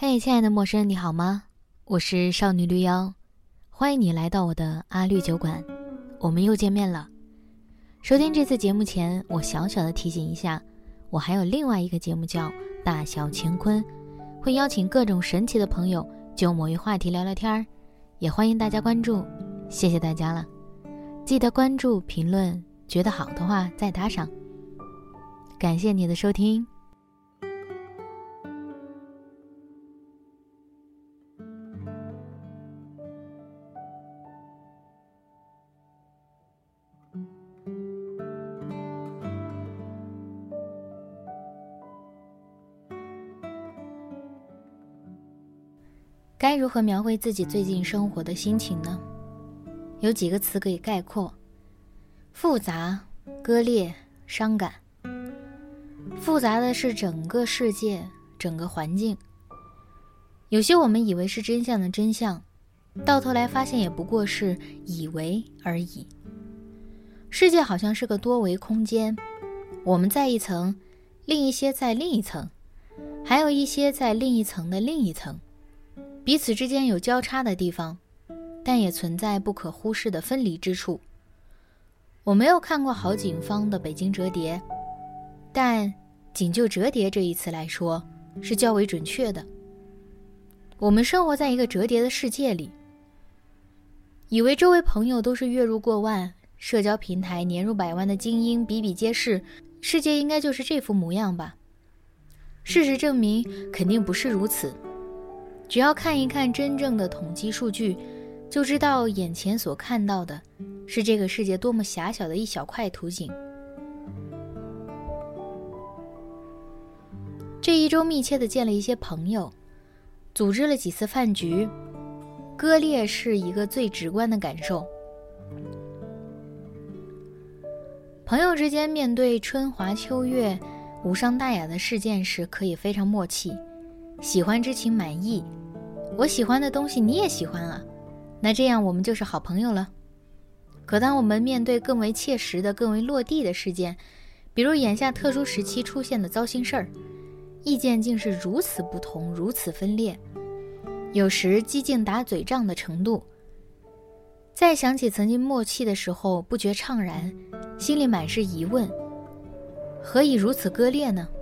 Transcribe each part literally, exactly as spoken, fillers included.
嘿，亲爱的陌生人，你好吗？我是少女绿妖，欢迎你来到我的阿绿酒馆，我们又见面了。收听这次节目前，我小小的提醒一下，我还有另外一个节目叫大小乾坤，会邀请各种神奇的朋友就某一话题聊聊天，也欢迎大家关注，谢谢大家了。记得关注评论，觉得好的话再打赏。感谢你的收听。该如何描绘自己最近生活的心情呢？有几个词可以概括：复杂、割裂、伤感。复杂的是整个世界，整个环境。有些我们以为是真相的真相，到头来发现也不过是以为而已。世界好像是个多维空间，我们在一层，另一些在另一层，还有一些在另一层的另一层。彼此之间有交叉的地方，但也存在不可忽视的分离之处。我没有看过郝景芳的《北京折叠》，但仅就折叠这一词来说，是较为准确的。我们生活在一个折叠的世界里，以为周围朋友都是月入过万，社交平台年入百万的精英比比皆是，世界应该就是这副模样吧。事实证明，肯定不是如此。只要看一看真正的统计数据，就知道眼前所看到的是这个世界多么狭小的一小块图景。这一周密切地见了一些朋友，组织了几次饭局，割裂是一个最直观的感受。朋友之间面对春华秋月、无伤大雅的事件时，可以非常默契，喜欢之情满意，我喜欢的东西你也喜欢了，那这样我们就是好朋友了。可当我们面对更为切实的、更为落地的事件，比如眼下特殊时期出现的糟心事儿，意见竟是如此不同，如此分裂，有时激进打嘴仗的程度。再想起曾经默契的时候，不觉怅然，心里满是疑问，何以如此割裂呢？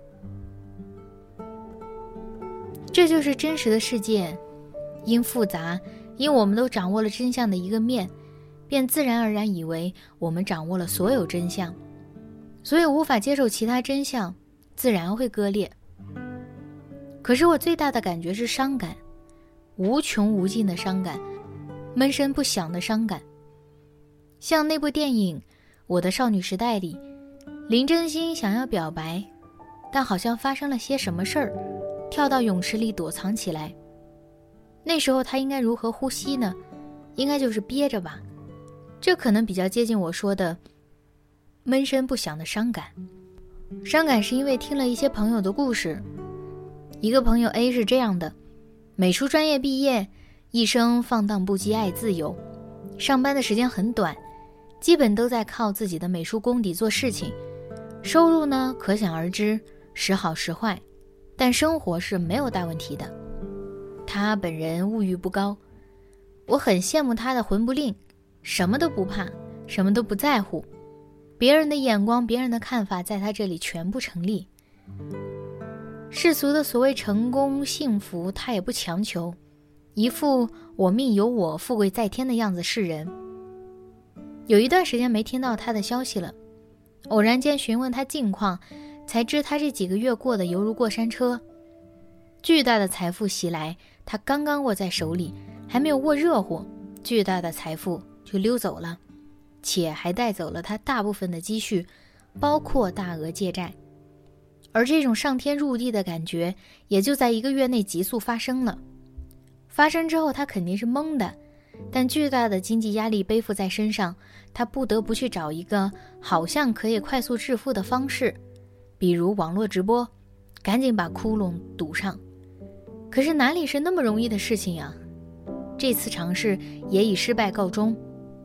这就是真实的世界，因复杂，因我们都掌握了真相的一个面，便自然而然以为我们掌握了所有真相，所以无法接受其他真相，自然会割裂。可是我最大的感觉是伤感，无穷无尽的伤感，闷声不响的伤感。像那部电影《我的少女时代》里，林真心想要表白，但好像发生了些什么事儿，跳到泳池里躲藏起来。那时候他应该如何呼吸呢？应该就是憋着吧。这可能比较接近我说的闷声不响的伤感。伤感是因为听了一些朋友的故事。一个朋友 A 是这样的，美术专业毕业，一生放荡不羁，爱自由，上班的时间很短，基本都在靠自己的美术功底做事情，收入呢可想而知，时好时坏，但生活是没有大问题的。他本人物欲不高，我很羡慕他的魂不吝，什么都不怕，什么都不在乎，别人的眼光，别人的看法在他这里全部成立。世俗的所谓成功幸福他也不强求，一副我命由我，富贵在天的样子示人。有一段时间没听到他的消息了，偶然间询问他近况，才知他这几个月过得犹如过山车。巨大的财富袭来，他刚刚握在手里，还没有握热乎，巨大的财富就溜走了，且还带走了他大部分的积蓄，包括大额借债。而这种上天入地的感觉，也就在一个月内急速发生了。发生之后他肯定是懵的，但巨大的经济压力背负在身上，他不得不去找一个好像可以快速致富的方式，比如网络直播，赶紧把窟窿堵上。可是哪里是那么容易的事情呀？这次尝试也以失败告终。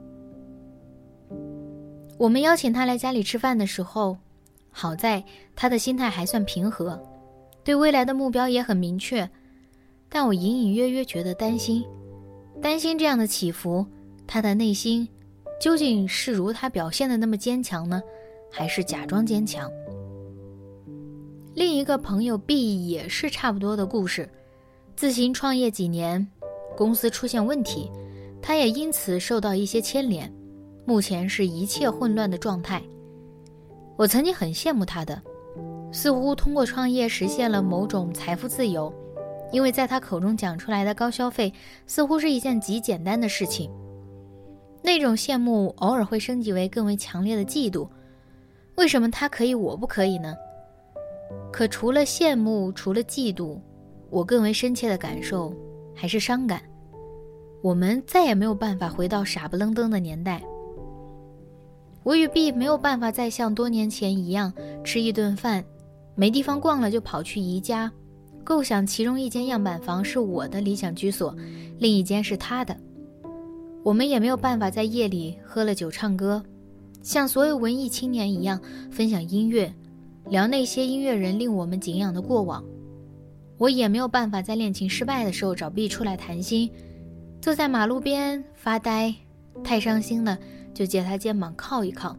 我们邀请他来家里吃饭的时候，好在他的心态还算平和，对未来的目标也很明确， 但我隐隐约约觉得担心，担心这样的起伏，他的内心究竟是如他表现的那么坚强呢，还是假装坚强？另一个朋友 B 也是差不多的故事，自行创业几年，公司出现问题，他也因此受到一些牵连，目前是一切混乱的状态。我曾经很羡慕他的，似乎通过创业实现了某种财富自由，因为在他口中讲出来的高消费似乎是一件极简单的事情。那种羡慕偶尔会升级为更为强烈的嫉妒，为什么他可以我不可以呢？可除了羡慕，除了嫉妒，我更为深切的感受还是伤感。我们再也没有办法回到傻不愣登的年代，我与 B 没有办法再像多年前一样吃一顿饭，没地方逛了就跑去宜家，构想其中一间样板房是我的理想居所，另一间是他的。我们也没有办法在夜里喝了酒唱歌，像所有文艺青年一样分享音乐，聊那些音乐人令我们敬仰的过往。我也没有办法在恋情失败的时候找 B 出来谈心，坐在马路边发呆，太伤心了就借他肩膀靠一靠。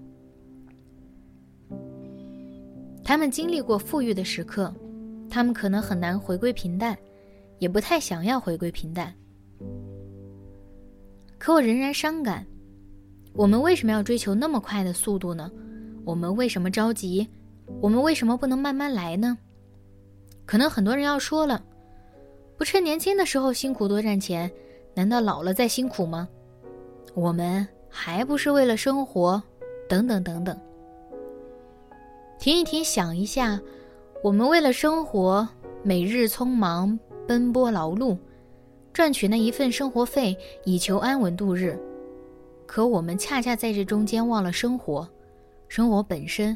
他们经历过富裕的时刻，他们可能很难回归平淡，也不太想要回归平淡。可我仍然伤感，我们为什么要追求那么快的速度呢？我们为什么着急？我们为什么不能慢慢来呢？可能很多人要说了，不趁年轻的时候辛苦多赚钱，难道老了再辛苦吗？我们还不是为了生活，等等等等。停一停，想一下，我们为了生活，每日匆忙奔波劳碌，赚取那一份生活费，以求安稳度日。可我们恰恰在这中间忘了生活，生活本身。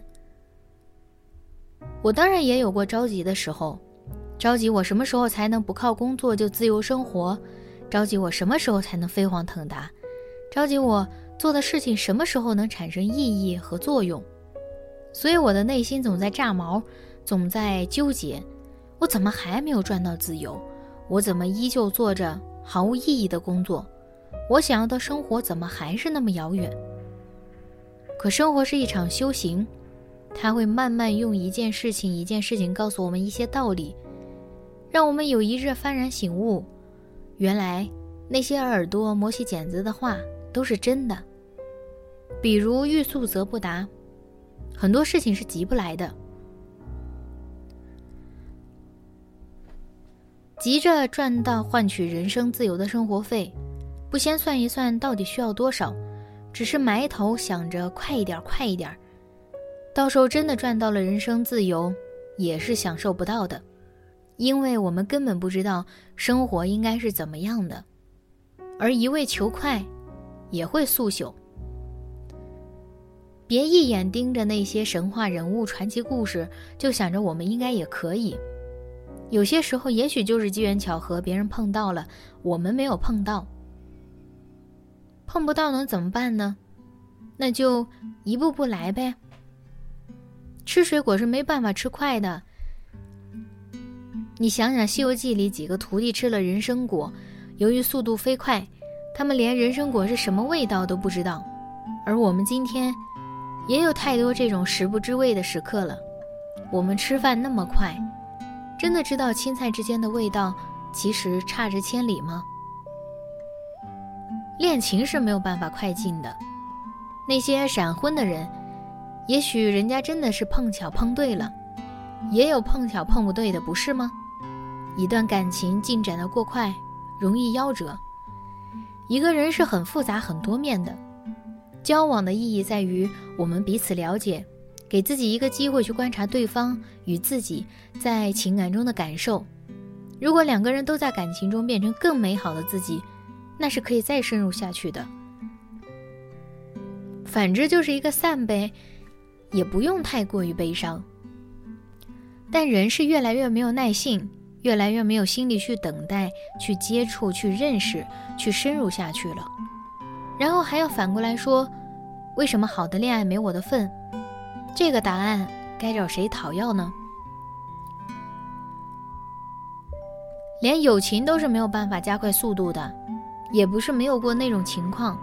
我当然也有过着急的时候，着急我什么时候才能不靠工作就自由生活，着急我什么时候才能飞黄腾达，着急我做的事情什么时候能产生意义和作用。所以我的内心总在炸毛，总在纠结，我怎么还没有赚到自由？我怎么依旧做着毫无意义的工作？我想要的生活怎么还是那么遥远？可生活是一场修行，它会慢慢用一件事情一件事情告诉我们一些道理，让我们有一日幡然醒悟，原来那些耳朵磨起茧子的话都是真的。比如欲速则不达，很多事情是急不来的。急着赚到换取人生自由的生活费，不先算一算到底需要多少，只是埋头想着快一点快一点，到时候真的赚到了人生自由，也是享受不到的，因为我们根本不知道生活应该是怎么样的，而一味求快也会速朽。别一眼盯着那些神话人物传奇故事，就想着我们应该也可以。有些时候也许就是机缘巧合，别人碰到了，我们没有碰到。碰不到能怎么办呢？那就一步步来呗。吃水果是没办法吃快的。你想想《西游记》里几个徒弟吃了人参果，由于速度飞快，他们连人参果是什么味道都不知道。而我们今天也有太多这种食不知味的时刻了。我们吃饭那么快，真的知道青菜之间的味道其实差着千里吗？恋情是没有办法快进的。那些闪婚的人，也许人家真的是碰巧碰对了，也有碰巧碰不对的，不是吗？一段感情进展得过快，容易夭折。一个人是很复杂很多面的，交往的意义在于我们彼此了解，给自己一个机会去观察对方与自己在情感中的感受。如果两个人都在感情中变成更美好的自己，那是可以再深入下去的。反之就是一个散呗，也不用太过于悲伤。但人是越来越没有耐性，越来越没有心力去等待，去接触，去认识，去深入下去了。然后还要反过来说，为什么好的恋爱没我的份？这个答案该找谁讨要呢？ 连友情都是没有办法加快速度的，也不是没有过那种情况。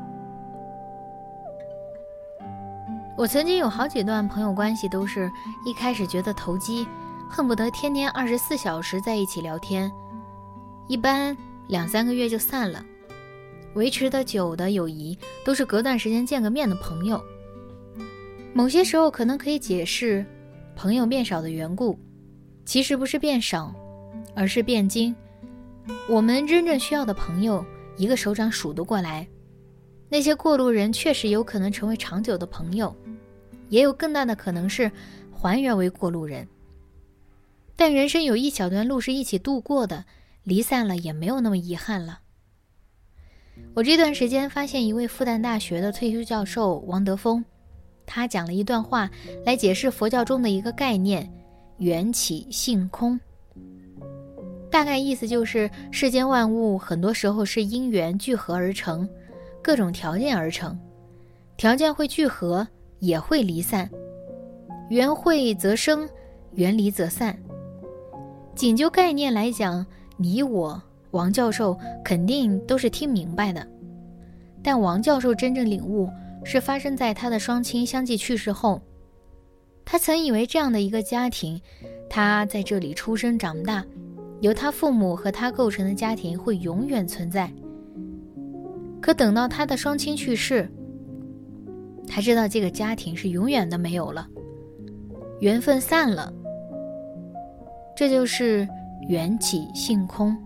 我曾经有好几段朋友关系都是一开始觉得投机，恨不得天天二十四小时在一起聊天，一般两三个月就散了。维持的久的友谊都是隔段时间见个面的朋友。某些时候可能可以解释朋友变少的缘故，其实不是变少，而是变精。我们真正需要的朋友一个手掌数得过来，那些过路人确实有可能成为长久的朋友，也有更大的可能是还原为过路人。但人生有一小段路是一起度过的，离散了也没有那么遗憾了。我这段时间发现一位复旦大学的退休教授王德峰，他讲了一段话来解释佛教中的一个概念，缘起性空。大概意思就是世间万物很多时候是因缘聚合而成，各种条件而成，条件会聚合也会离散，缘会则生，缘离则散。仅就概念来讲，你我王教授肯定都是听明白的，但王教授真正领悟是发生在他的双亲相继去世后。他曾以为这样的一个家庭，他在这里出生长大，由他父母和他构成的家庭会永远存在。可等到他的双亲去世，他知道这个家庭是永远的没有了，缘分散了，这就是缘起性空。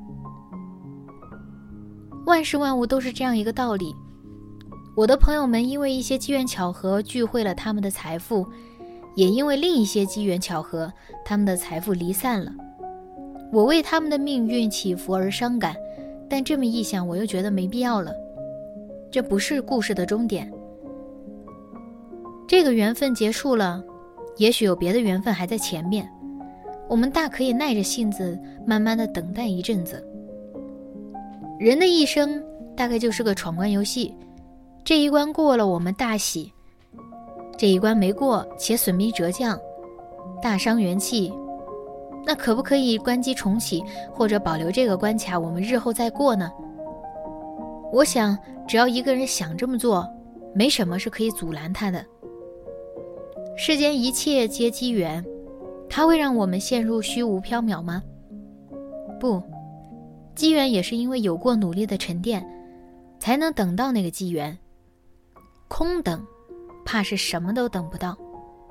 万事万物都是这样一个道理。我的朋友们因为一些机缘巧合聚会了他们的财富，也因为另一些机缘巧合，他们的财富离散了。我为他们的命运起伏而伤感，但这么一想，我又觉得没必要了。这不是故事的终点。这个缘分结束了，也许有别的缘分还在前面，我们大可以耐着性子慢慢的等待一阵子。人的一生大概就是个闯关游戏，这一关过了我们大喜，这一关没过且损兵折将，大伤元气，那可不可以关机重启，或者保留这个关卡，我们日后再过呢？我想只要一个人想这么做，没什么是可以阻拦他的。世间一切皆机缘，它会让我们陷入虚无缥缈吗？不，机缘也是因为有过努力的沉淀，才能等到那个机缘。空等，怕是什么都等不到。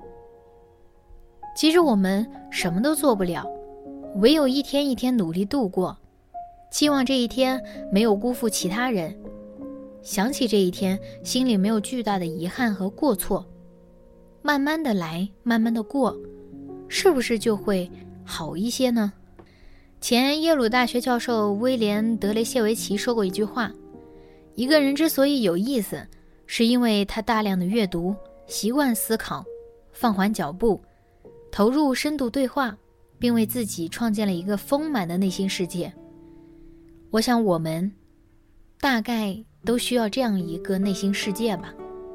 其实我们什么都做不了，唯有一天一天努力度过，期望这一天没有辜负其他人，想起这一天心里没有巨大的遗憾和过错，慢慢的来，慢慢的过，是不是就会好一些呢？前耶鲁大学教授威廉·德雷谢维奇说过一句话，一个人之所以有意思，是因为他大量的阅读，习惯思考，放缓脚步，投入深度对话，并为自己创建了一个丰满的内心世界。我想我们大概都需要这样一个内心世界吧。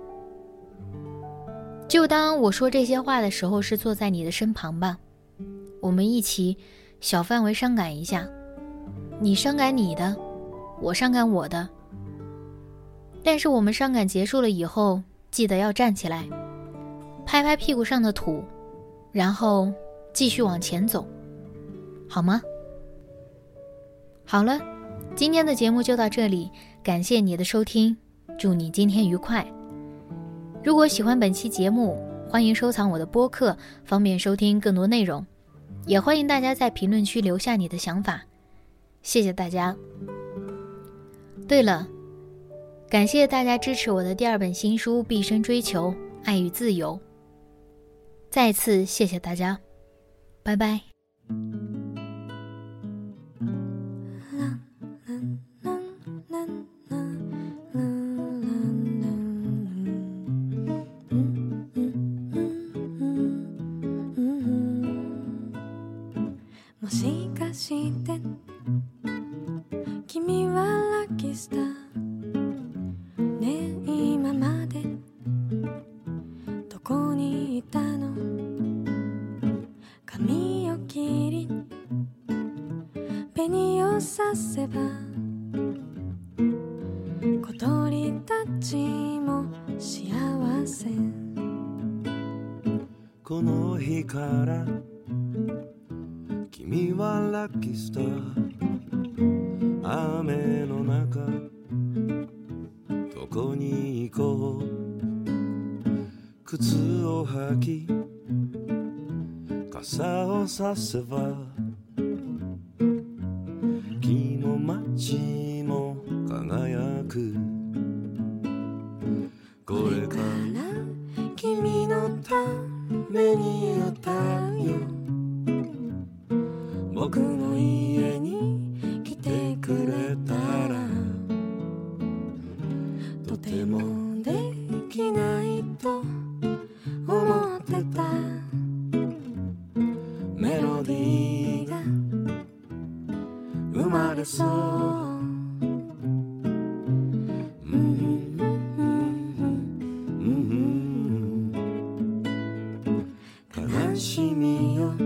就当我说这些话的时候是坐在你的身旁吧，我们一起小范围伤感一下，你伤感你的，我伤感我的。但是我们伤感结束了以后，记得要站起来，拍拍屁股上的土，然后继续往前走，好吗？好了，今天的节目就到这里，感谢你的收听，祝你今天愉快。如果喜欢本期节目，欢迎收藏我的播客，方便收听更多内容。也欢迎大家在评论区留下你的想法，谢谢大家。对了，感谢大家支持我的第二本新书《毕生追求爱与自由》，再次谢谢大家，拜拜。 もしかして君はラッキースターねえ今までどこにいたの髪を切り紅何を指せば小鳥たちも幸せ。 この日から君はラッキースター。雨の中どこに行こう。靴を履き傘をさせば木も街も輝く。これから君のために歌うよ。僕の家に来てくれたらとてもできないと思ってたメロディーが生まれそう。悲しみを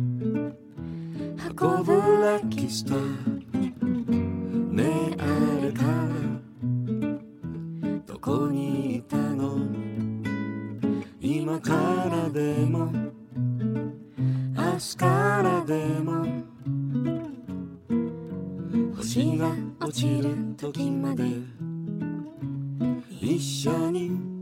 運ぶラッキースター。ねえあれからどこにいたの。今からでも明日からでも星が落ちる時まで一緒に